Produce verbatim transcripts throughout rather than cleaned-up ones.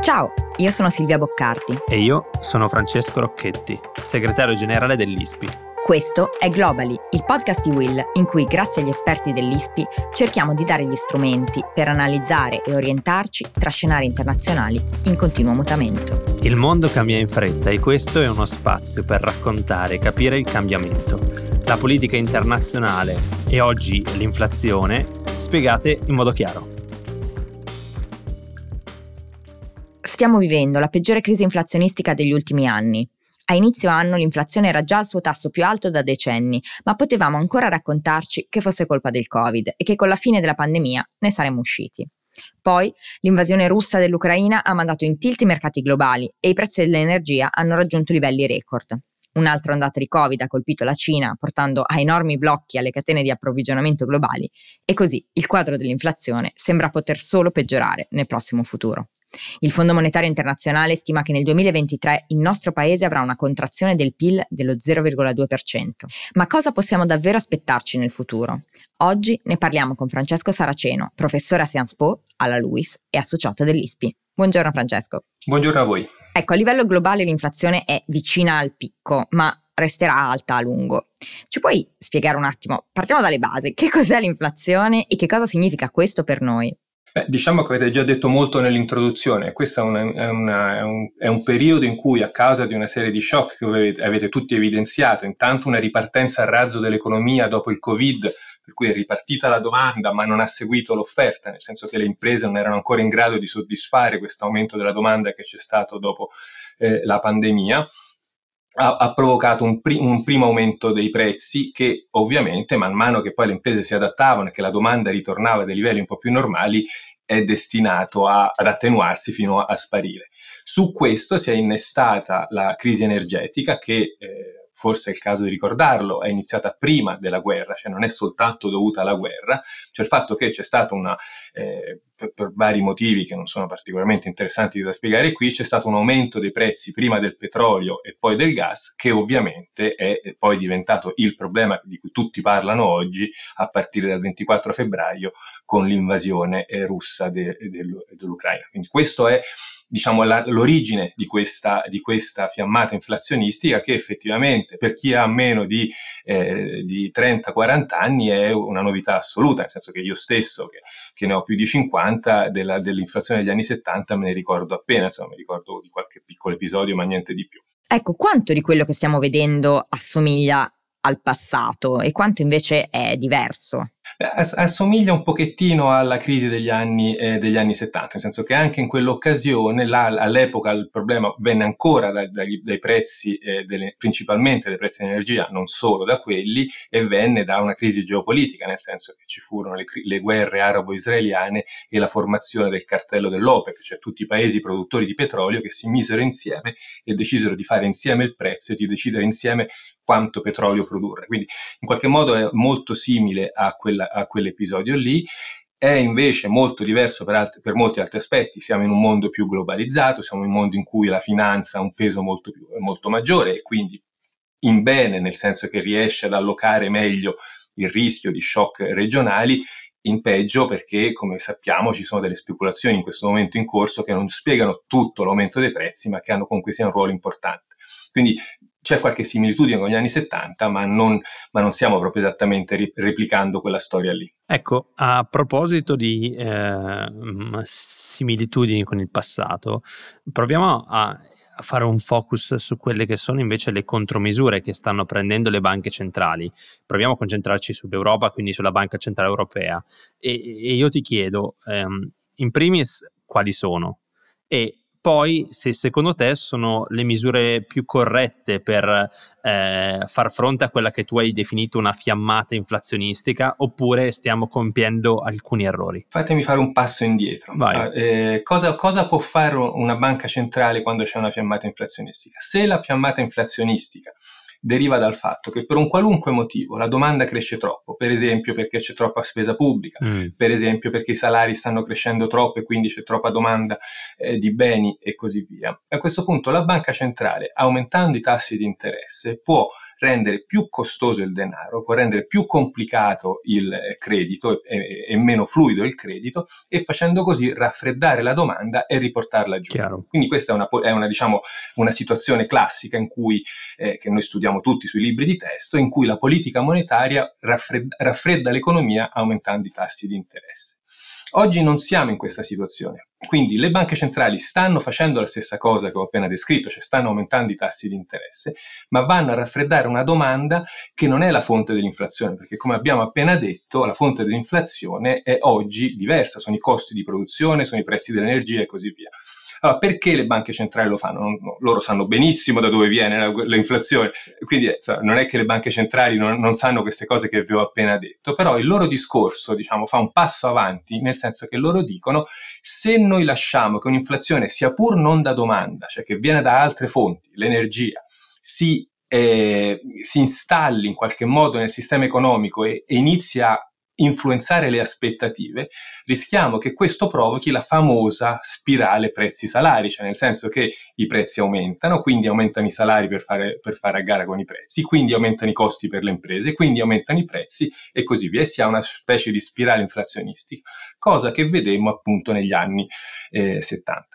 Ciao, io sono Silvia Boccardi. E io sono Francesco Rocchetti, segretario generale dell'I S P I. Questo è Globally, il podcast di Will, in cui grazie agli esperti dell'I S P I cerchiamo di dare gli strumenti per analizzare e orientarci tra scenari internazionali in continuo mutamento. Il mondo cambia in fretta e questo è uno spazio per raccontare e capire il cambiamento, la politica internazionale e oggi l'inflazione spiegate in modo chiaro. Stiamo vivendo la peggiore crisi inflazionistica degli ultimi anni. A inizio anno l'inflazione era già al suo tasso più alto da decenni, ma potevamo ancora raccontarci che fosse colpa del Covid e che con la fine della pandemia ne saremmo usciti. Poi l'invasione russa dell'Ucraina ha mandato in tilt i mercati globali e i prezzi dell'energia hanno raggiunto livelli record. Un'altra ondata di Covid ha colpito la Cina, portando a enormi blocchi alle catene di approvvigionamento globali, e così il quadro dell'inflazione sembra poter solo peggiorare nel prossimo futuro. Il Fondo Monetario Internazionale stima che nel duemilaventitré il nostro paese avrà una contrazione del P I L dello zero virgola due per cento. Ma cosa possiamo davvero aspettarci nel futuro? Oggi ne parliamo con Francesco Saraceno, professore a Sciences Po alla LUISS e associato dell'I S P I. Buongiorno Francesco. Buongiorno a voi. Ecco, a livello globale l'inflazione è vicina al picco, ma resterà alta a lungo. Ci puoi spiegare un attimo, partiamo dalle basi, che cos'è l'inflazione e che cosa significa questo per noi? Beh, diciamo che avete già detto molto nell'introduzione. Questo è, una, è, una, è, un, è un periodo in cui, a causa di una serie di shock che avete, avete tutti evidenziato, intanto una ripartenza a razzo dell'economia dopo il Covid, per cui è ripartita la domanda ma non ha seguito l'offerta, nel senso che le imprese non erano ancora in grado di soddisfare questo aumento della domanda che c'è stato dopo eh, la pandemia. Ha, ha provocato un, pri- un primo aumento dei prezzi che ovviamente man mano che poi le imprese si adattavano e che la domanda ritornava a dei livelli un po' più normali è destinato a, ad attenuarsi fino a, a sparire. Su questo si è innestata la crisi energetica che eh, forse è il caso di ricordarlo, è iniziata prima della guerra, cioè non è soltanto dovuta alla guerra, cioè il fatto che c'è stata una, eh, per, per vari motivi che non sono particolarmente interessanti da spiegare qui, c'è stato un aumento dei prezzi prima del petrolio e poi del gas, che ovviamente è poi diventato il problema di cui tutti parlano oggi a partire dal ventiquattro febbraio con l'invasione eh, russa de, de, dell'Ucraina. Quindi questo è diciamo la, l'origine di questa, di questa fiammata inflazionistica che effettivamente per chi ha meno di, eh, di trenta quaranta anni è una novità assoluta, nel senso che io stesso che, che ne ho più di cinquanta della, dell'inflazione degli anni settanta me ne ricordo appena, insomma mi ricordo di qualche piccolo episodio ma niente di più. Ecco, quanto di quello che stiamo vedendo assomiglia al passato e quanto invece è diverso? Assomiglia un pochettino alla crisi degli anni, eh, degli anni settanta, nel senso che anche in quell'occasione, là, all'epoca il problema venne ancora dai, dai, dai prezzi, eh, delle, principalmente dai prezzi dell'energia, non solo da quelli, e venne da una crisi geopolitica, nel senso che ci furono le, le guerre arabo-israeliane e la formazione del cartello dell'OPEC, cioè tutti i paesi produttori di petrolio che si misero insieme e decisero di fare insieme il prezzo e di decidere insieme quanto petrolio produrre. Quindi in qualche modo è molto simile a, quella, a quell'episodio lì, è invece molto diverso per, alt- per molti altri aspetti. Siamo in un mondo più globalizzato, siamo in un mondo in cui la finanza ha un peso molto, più, molto maggiore e quindi in bene, nel senso che riesce ad allocare meglio il rischio di shock regionali, in peggio perché, come sappiamo, ci sono delle speculazioni in questo momento in corso che non spiegano tutto l'aumento dei prezzi, ma che hanno comunque sia un ruolo importante. Quindi c'è qualche similitudine con gli anni settanta, ma non, ma non stiamo proprio esattamente ri- replicando quella storia lì. Ecco, a proposito di eh, similitudini con il passato, proviamo a, a fare un focus su quelle che sono invece le contromisure che stanno prendendo le banche centrali. Proviamo a concentrarci sull'Europa, quindi sulla Banca Centrale Europea. E, e io ti chiedo, ehm, in primis, quali sono? E poi, se secondo te sono le misure più corrette per eh, far fronte a quella che tu hai definito una fiammata inflazionistica, oppure stiamo compiendo alcuni errori? Fatemi fare un passo indietro. Vai. Eh, cosa, cosa può fare una banca centrale quando c'è una fiammata inflazionistica? Se la fiammata inflazionistica deriva dal fatto che per un qualunque motivo la domanda cresce troppo, per esempio perché c'è troppa spesa pubblica, mm. per esempio perché i salari stanno crescendo troppo e quindi c'è troppa domanda eh, di beni e così via. A questo punto la banca centrale, aumentando i tassi di interesse, può rendere più costoso il denaro, può rendere più complicato il credito e, e meno fluido il credito, e facendo così raffreddare la domanda e riportarla giù. Chiaro. Quindi questa è una, è una, diciamo, una situazione classica in cui, eh, che noi studiamo tutti sui libri di testo, in cui la politica monetaria raffredda, raffredda l'economia aumentando i tassi di interesse. Oggi non siamo in questa situazione, quindi le banche centrali stanno facendo la stessa cosa che ho appena descritto, cioè stanno aumentando i tassi di interesse, ma vanno a raffreddare una domanda che non è la fonte dell'inflazione, perché come abbiamo appena detto la fonte dell'inflazione è oggi diversa, sono i costi di produzione, sono i prezzi dell'energia e così via. Allora, perché le banche centrali lo fanno? Non, no, loro sanno benissimo da dove viene la, l'inflazione, quindi eh, non è che le banche centrali non, non sanno queste cose che vi ho appena detto, però il loro discorso, diciamo, fa un passo avanti, nel senso che loro dicono: se noi lasciamo che un'inflazione, sia pur non da domanda, cioè che viene da altre fonti, l'energia, si, eh, si installi in qualche modo nel sistema economico e, e inizia a influenzare le aspettative, rischiamo che questo provochi la famosa spirale prezzi-salari, cioè nel senso che i prezzi aumentano, quindi aumentano i salari per fare, per fare a gara con i prezzi, quindi aumentano i costi per le imprese, quindi aumentano i prezzi e così via, e si ha una specie di spirale inflazionistica, cosa che vedemmo appunto negli anni eh, settanta.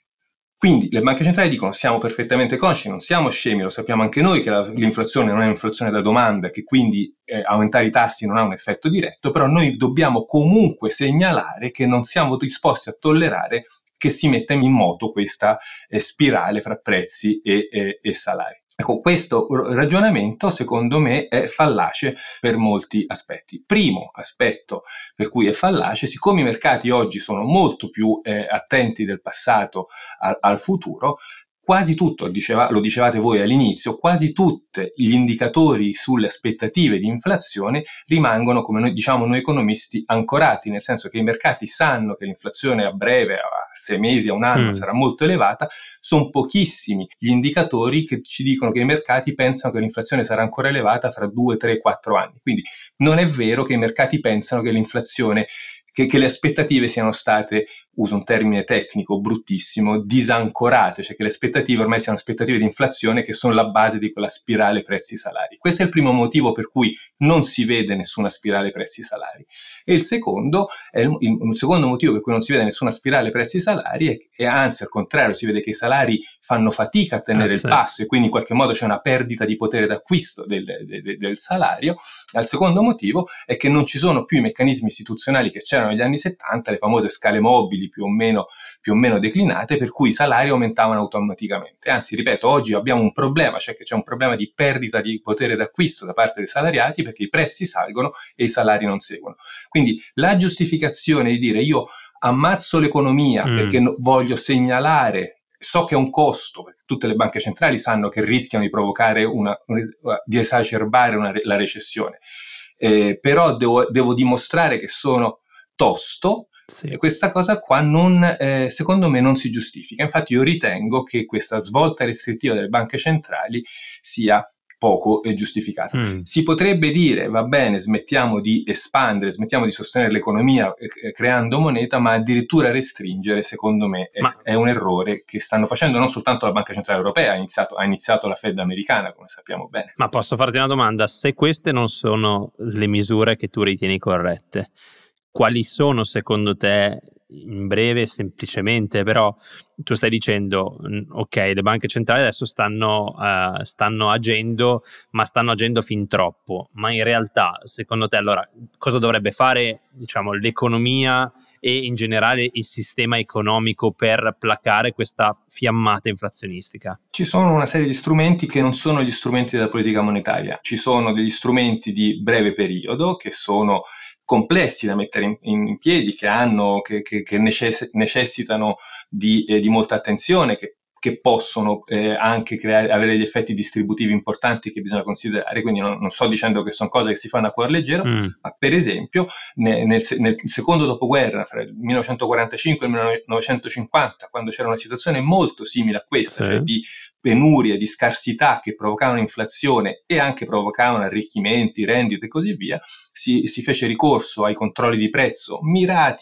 Quindi le banche centrali dicono: siamo perfettamente consci, non siamo scemi, lo sappiamo anche noi che la, l'inflazione non è un'inflazione da domanda, che quindi eh, aumentare i tassi non ha un effetto diretto, però noi dobbiamo comunque segnalare che non siamo disposti a tollerare che si metta in moto questa eh, spirale fra prezzi e, e, e salari. Ecco, questo ragionamento secondo me è fallace per molti aspetti. Primo aspetto per cui è fallace: siccome i mercati oggi sono molto più eh, attenti del passato al, al futuro, quasi tutto, diceva, lo dicevate voi all'inizio, quasi tutti gli indicatori sulle aspettative di inflazione rimangono, come noi diciamo noi economisti, ancorati, nel senso che i mercati sanno che l'inflazione a breve, a sei mesi, a un anno, mm. sarà molto elevata. Sono pochissimi gli indicatori che ci dicono che i mercati pensano che l'inflazione sarà ancora elevata fra due, tre, quattro anni. Quindi non è vero che i mercati pensano che l'inflazione, che, che le aspettative siano state, uso un termine tecnico bruttissimo, disancorate, cioè che le aspettative ormai siano aspettative di inflazione che sono la base di quella spirale prezzi-salari. Questo è il primo motivo per cui non si vede nessuna spirale prezzi-salari. E il secondo, è il, il secondo motivo per cui non si vede nessuna spirale prezzi-salari è, e anzi al contrario si vede che i salari fanno fatica a tenere ah, il sì. passo, e quindi in qualche modo c'è una perdita di potere d'acquisto del, del, del salario. Al secondo motivo è che non ci sono più i meccanismi istituzionali che c'erano negli anni settanta, le famose scale mobili più o meno, più o meno declinate, per cui i salari aumentavano automaticamente. Anzi, ripeto, oggi abbiamo un problema, cioè che c'è un problema di perdita di potere d'acquisto da parte dei salariati, perché i prezzi salgono e i salari non seguono. Quindi la giustificazione di dire: io ammazzo l'economia mm. perché no, voglio segnalare, so che è un costo, perché tutte le banche centrali sanno che rischiano di provocare una, di esacerbare una, la recessione, eh, però devo, devo dimostrare che sono tosto. Sì. E questa cosa qua non, eh, secondo me non si giustifica. Infatti io ritengo che questa svolta restrittiva delle banche centrali sia poco eh, giustificata. Mm. Si potrebbe dire: va bene, smettiamo di espandere, smettiamo di sostenere l'economia eh, creando moneta, ma addirittura restringere, secondo me, è, ma... è un errore che stanno facendo non soltanto la Banca Centrale Europea, ha iniziato, ha iniziato la Fed americana, come sappiamo bene. Ma posso farti una domanda? Se queste non sono le misure che tu ritieni corrette, quali sono secondo te, in breve semplicemente, però tu stai dicendo ok, le banche centrali adesso stanno, uh, stanno agendo, ma stanno agendo fin troppo, ma in realtà secondo te allora cosa dovrebbe fare, diciamo, l'economia e in generale il sistema economico per placare questa fiammata inflazionistica? Ci sono una serie di strumenti che non sono gli strumenti della politica monetaria, ci sono degli strumenti di breve periodo che sono complessi da mettere in, in piedi, che hanno, che, che, che necess- necessitano di, eh, di molta attenzione, che, che possono eh, anche creare, avere degli effetti distributivi importanti che bisogna considerare. Quindi non, non sto dicendo che sono cose che si fanno a cuor leggero, mm. ma per esempio nel, nel, nel secondo dopoguerra, fra il millenovecentoquarantacinque e il millenovecentocinquanta, quando c'era una situazione molto simile a questa, sì. cioè di penurie, di scarsità che provocavano inflazione e anche provocavano arricchimenti, rendite e così via, si, si fece ricorso ai controlli di prezzo mirati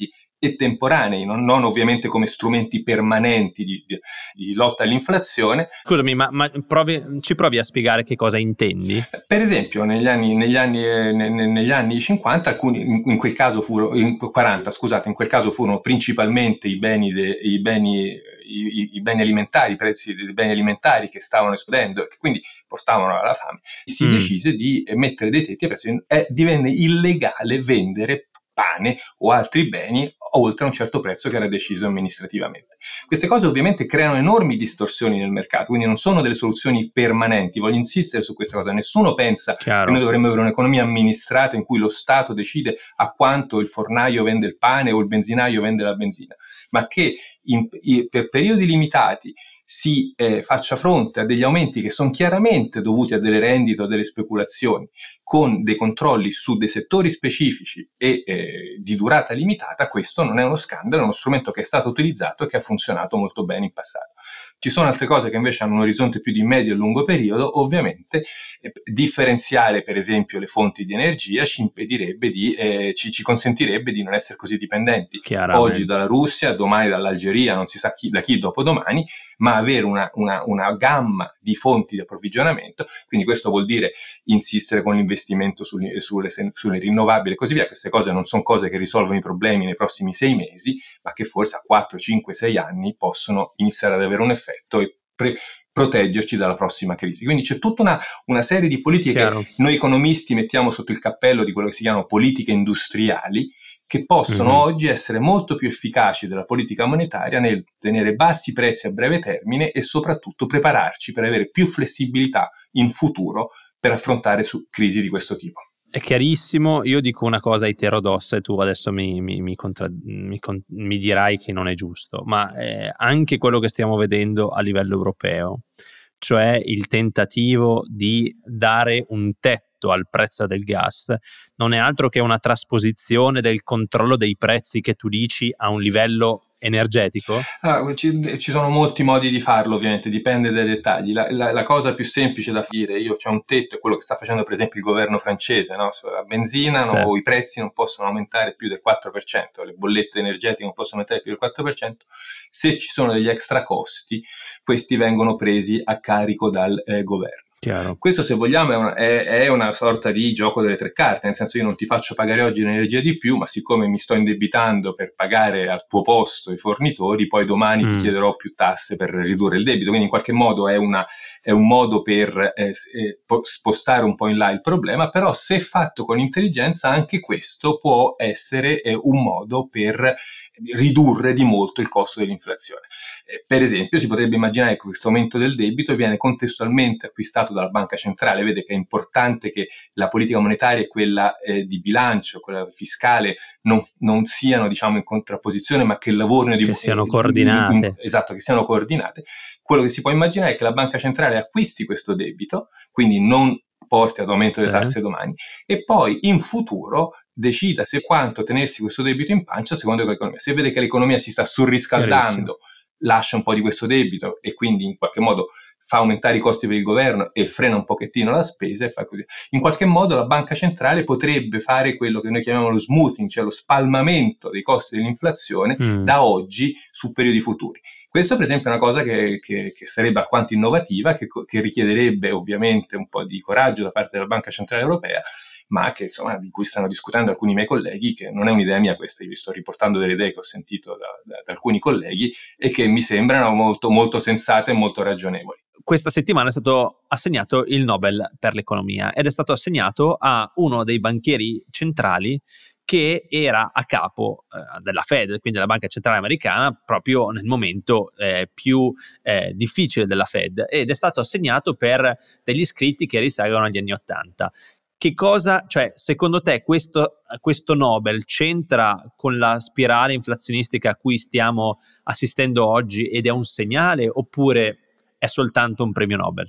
e temporanei, non, non ovviamente come strumenti permanenti di, di, di lotta all'inflazione. Scusami, ma, ma provi, ci provi a spiegare che cosa intendi? Per esempio, negli anni, negli anni, eh, ne, negli anni cinquanta, alcuni, in, in quel caso furono, in quaranta, scusate, in quel caso furono principalmente i beni, de, i beni, i, i beni alimentari, i prezzi dei beni alimentari che stavano esplodendo e che quindi portavano alla fame. Si mm. decise di mettere dei tetti ai prezzi, e divenne illegale vendere pane o altri beni oltre a un certo prezzo che era deciso amministrativamente. Queste cose ovviamente creano enormi distorsioni nel mercato, quindi non sono delle soluzioni permanenti. Voglio insistere su questa cosa. Nessuno pensa Chiaro. Che noi dovremmo avere un'economia amministrata in cui lo Stato decide a quanto il fornaio vende il pane o il benzinaio vende la benzina, ma che in, in, per periodi limitati si eh, faccia fronte a degli aumenti che sono chiaramente dovuti a delle rendite o delle speculazioni, con dei controlli su dei settori specifici e eh, di durata limitata. Questo non è uno scandalo, è uno strumento che è stato utilizzato e che ha funzionato molto bene in passato. Ci sono altre cose che invece hanno un orizzonte più di medio e lungo periodo. Ovviamente eh, differenziare per esempio le fonti di energia ci impedirebbe di, eh, ci, ci consentirebbe di non essere così dipendenti oggi dalla Russia, domani dall'Algeria, non si sa chi, da chi dopodomani, ma avere una, una, una gamma di fonti di approvvigionamento. Quindi questo vuol dire insistere con l'investimento sulle, sulle, sulle rinnovabili e così via. Queste cose non sono cose che risolvono i problemi nei prossimi sei mesi, ma che forse a quattro, cinque, sei anni possono iniziare ad avere un effetto e pre- proteggerci dalla prossima crisi. Quindi c'è tutta una, una serie di politiche Chiaro. Che noi economisti mettiamo sotto il cappello di quello che si chiamano politiche industriali, che possono mm-hmm. oggi essere molto più efficaci della politica monetaria nel tenere bassi prezzi a breve termine e soprattutto prepararci per avere più flessibilità in futuro per affrontare su crisi di questo tipo. È chiarissimo. Io dico una cosa eterodossa e tu adesso mi, mi, mi, contra, mi, mi dirai che non è giusto, ma eh, anche quello che stiamo vedendo a livello europeo, cioè il tentativo di dare un tetto al prezzo del gas, non è altro che una trasposizione del controllo dei prezzi che tu dici a un livello energetico? Ah, ci, ci sono molti modi di farlo, ovviamente, dipende dai dettagli. La, la, la cosa più semplice da dire, io c'ho un tetto, è quello che sta facendo per esempio il governo francese, no? La benzina, sì. no, i prezzi non possono aumentare più del quattro per cento, le bollette energetiche non possono aumentare più del quattro per cento. Se ci sono degli extra costi, questi vengono presi a carico dal eh, governo. Chiaro. Questo, se vogliamo, è una, è, è una sorta di gioco delle tre carte, nel senso io non ti faccio pagare oggi l'energia di più, ma siccome mi sto indebitando per pagare al tuo posto i fornitori, poi domani mm. ti chiederò più tasse per ridurre il debito. Quindi in qualche modo è, una, è un modo per eh, spostare un po' in là il problema, però se fatto con intelligenza anche questo può essere eh, un modo per ridurre di molto il costo dell'inflazione. Eh, per esempio, si potrebbe immaginare che questo aumento del debito viene contestualmente acquistato dalla banca centrale. Vede che è importante che la politica monetaria e quella eh, di bilancio, quella fiscale, non, non siano, diciamo, in contrapposizione, ma che lavorino di che siano coordinate. In, in, esatto, che siano coordinate. Quello che si può immaginare è che la banca centrale acquisti questo debito, quindi non porti ad aumento sì. delle tasse domani, e poi in futuro decida se quanto tenersi questo debito in pancia secondo l'economia. Se vede che l'economia si sta surriscaldando, lascia un po' di questo debito e quindi in qualche modo fa aumentare i costi per il governo e frena un pochettino la spesa e fa così. In qualche modo la banca centrale potrebbe fare quello che noi chiamiamo lo smoothing, cioè lo spalmamento dei costi dell'inflazione mm. da oggi su periodi futuri. Questo per esempio è una cosa che, che, che sarebbe alquanto innovativa, che, che richiederebbe ovviamente un po' di coraggio da parte della Banca Centrale Europea, ma che insomma di cui stanno discutendo alcuni miei colleghi, che non è un'idea mia questa, io vi sto riportando delle idee che ho sentito da, da, da alcuni colleghi e che mi sembrano molto, molto sensate e molto ragionevoli. Questa settimana è stato assegnato il Nobel per l'economia ed è stato assegnato a uno dei banchieri centrali che era a capo eh, della Fed, quindi della Banca Centrale Americana, proprio nel momento eh, più eh, difficile della Fed, ed è stato assegnato per degli scritti che risalgono agli anni Ottanta. Che cosa, cioè, secondo te questo, questo Nobel c'entra con la spirale inflazionistica a cui stiamo assistendo oggi ed è un segnale, oppure è soltanto un premio Nobel?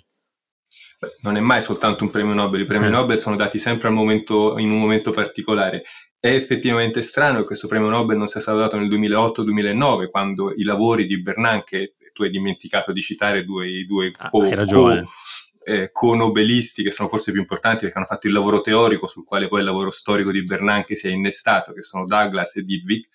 Beh, non è mai soltanto un premio Nobel, i premi eh. Nobel sono dati sempre al momento, in un momento particolare. È effettivamente strano che questo premio Nobel non sia stato dato nel duemilaotto duemilanove, quando i lavori di Bernanke, tu hai dimenticato di citare due, due ah, co, hai ragione. co Eh, co-nobelisti, che sono forse più importanti perché hanno fatto il lavoro teorico sul quale poi il lavoro storico di Bernanke si è innestato, che sono Douglas e Dybvig,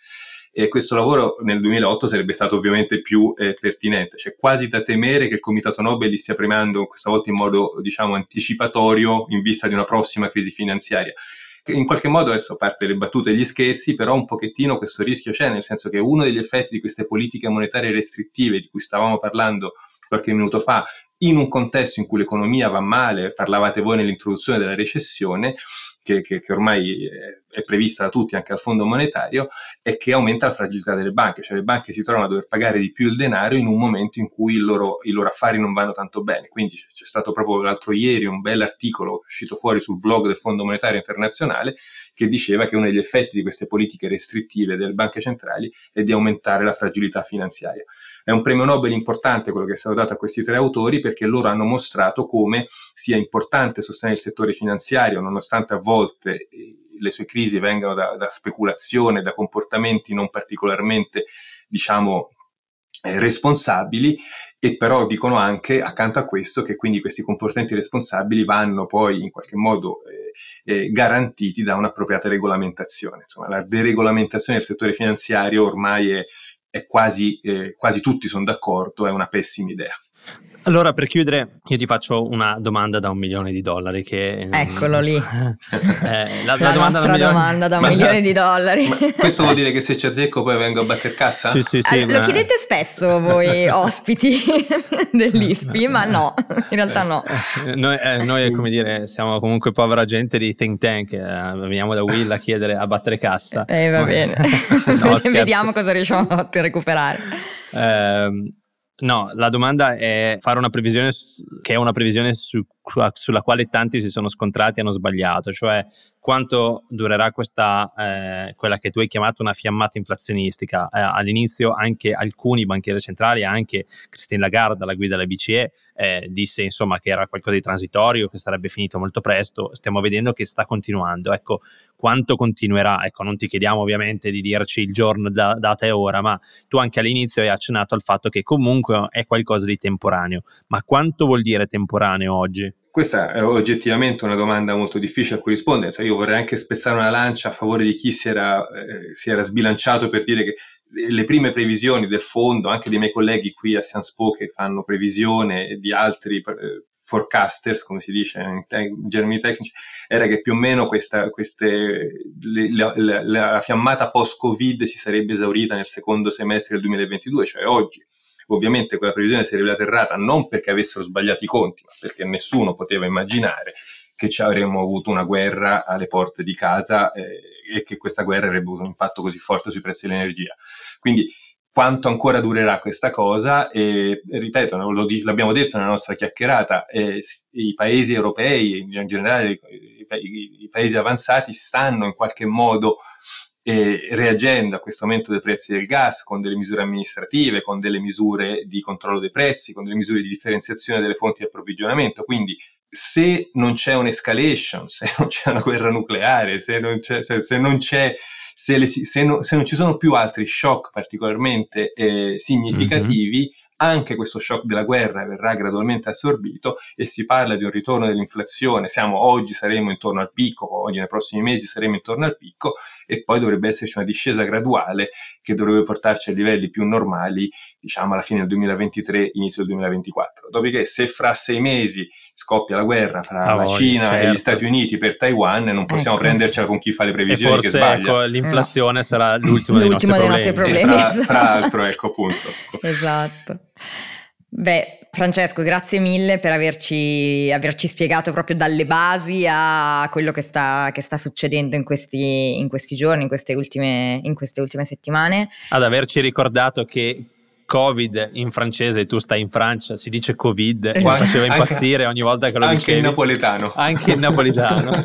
E questo lavoro nel duemilaotto sarebbe stato ovviamente più eh, pertinente. C'è quasi da temere che il Comitato Nobel li stia premiando questa volta in modo, diciamo, anticipatorio in vista di una prossima crisi finanziaria. Che in qualche modo, adesso a parte le battute e gli scherzi, però un pochettino questo rischio c'è, nel senso che uno degli effetti di queste politiche monetarie restrittive di cui stavamo parlando qualche minuto fa, in un contesto in cui l'economia va male, parlavate voi nell'introduzione della recessione, che, che, che ormai è prevista da tutti, anche dal Fondo Monetario, è che aumenta la fragilità delle banche, cioè le banche si trovano a dover pagare di più il denaro in un momento in cui il loro, i loro affari non vanno tanto bene. Quindi c'è stato proprio l'altro ieri un bel articolo uscito fuori sul blog del Fondo Monetario Internazionale che diceva che uno degli effetti di queste politiche restrittive delle banche centrali è di aumentare la fragilità finanziaria. È un premio Nobel importante quello che è stato dato a questi tre autori, perché loro hanno mostrato come sia importante sostenere il settore finanziario, nonostante a volte le sue crisi vengano da, da speculazione, da comportamenti non particolarmente, diciamo, eh, responsabili, e però dicono anche, accanto a questo, che quindi questi comportamenti responsabili vanno poi in qualche modo eh, eh, garantiti da un'appropriata regolamentazione. Insomma, la deregolamentazione del settore finanziario ormai è è quasi, eh, quasi tutti sono d'accordo, è una pessima idea. Allora, per chiudere, io ti faccio una domanda da un milione di dollari. Che Eccolo lì. eh, la, la, la domanda nostra da un domanda da un ma milione di dollari. Ma questo vuol dire che se ci azzecco poi vengo a battere cassa? Sì, sì, sì. Allora, ma... Lo chiedete spesso voi ospiti dell'I S P I, ma no, in realtà no. Noi, eh, noi, come dire, siamo comunque povera gente di think tank, eh, veniamo da Will a chiedere a battere cassa. Eh, va bene. No, vediamo cosa riusciamo a recuperare. Eh, No, la domanda è fare una previsione che è una previsione su, sulla quale tanti si sono scontrati e hanno sbagliato, cioè quanto durerà questa eh, quella che tu hai chiamato una fiammata inflazionistica. Eh, all'inizio anche alcuni banchieri centrali, anche Christine Lagarde, la guida della B C E, eh, disse insomma che era qualcosa di transitorio, che sarebbe finito molto presto. Stiamo vedendo che sta continuando. Ecco, quanto continuerà? Ecco, non ti chiediamo ovviamente di dirci il giorno, da, data e ora, ma tu anche all'inizio hai accennato al fatto che comunque è qualcosa di temporaneo. Ma quanto vuol dire temporaneo oggi? Questa è oggettivamente una domanda molto difficile a cui rispondere. Io vorrei anche spezzare una lancia a favore di chi si era, eh, si era sbilanciato per dire che le prime previsioni del fondo, anche dei miei colleghi qui a Sciences Po che fanno previsione, e di altri eh, forecasters, come si dice in, te- in germini tecnici, era che più o meno questa, queste, le, la, la, la fiammata post-Covid si sarebbe esaurita nel secondo semestre del duemilaventidue, cioè oggi. Ovviamente quella previsione si è rivelata errata non perché avessero sbagliato i conti, ma perché nessuno poteva immaginare che ci avremmo avuto una guerra alle porte di casa eh, e che questa guerra avrebbe avuto un impatto così forte sui prezzi dell'energia. Quindi quanto ancora durerà questa cosa? E, ripeto, lo, l'abbiamo detto nella nostra chiacchierata, eh, i paesi europei, in generale i, i, i paesi avanzati, stanno in qualche modo E reagendo a questo aumento dei prezzi del gas con delle misure amministrative, con delle misure di controllo dei prezzi, con delle misure di differenziazione delle fonti di approvvigionamento. Quindi se non c'è un'escalation, se non c'è una guerra nucleare, se non c'è, se, se non c'è se, le, se, no, se non ci sono più altri shock particolarmente eh, significativi, mm-hmm. anche questo shock della guerra verrà gradualmente assorbito e si parla di un ritorno dell'inflazione. Siamo oggi saremo intorno al picco, oggi nei prossimi mesi saremo intorno al picco, e poi dovrebbe esserci una discesa graduale che dovrebbe portarci a livelli più normali, diciamo alla fine del duemilaventitré, inizio del duemilaventiquattro. Dopodiché, se fra sei mesi scoppia la guerra fra ah, la Cina certo. e gli Stati Uniti per Taiwan, non possiamo ecco. prendercela con chi fa le previsioni e forse, che sbaglia. Ecco, l'inflazione no. sarà l'ultimo, l'ultimo dei, dei nostri nostri problemi. problemi. Tra, tra l'altro, ecco appunto. Esatto. Beh, Francesco, grazie mille per averci, averci spiegato proprio dalle basi a quello che sta, che sta succedendo in questi, in questi giorni, in queste ultime, in queste ultime settimane. Ad averci ricordato che Covid in francese, tu stai in Francia, si dice Covid, mi faceva impazzire ogni volta che lo anche dicevi. Anche in napoletano. Anche in napoletano.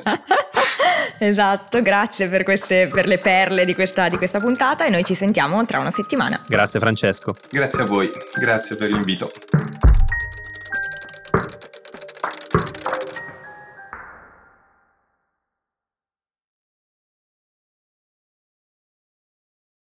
Esatto, grazie per queste per le perle di questa, di questa puntata, e noi ci sentiamo tra una settimana. Grazie Francesco. Grazie a voi, grazie per l'invito.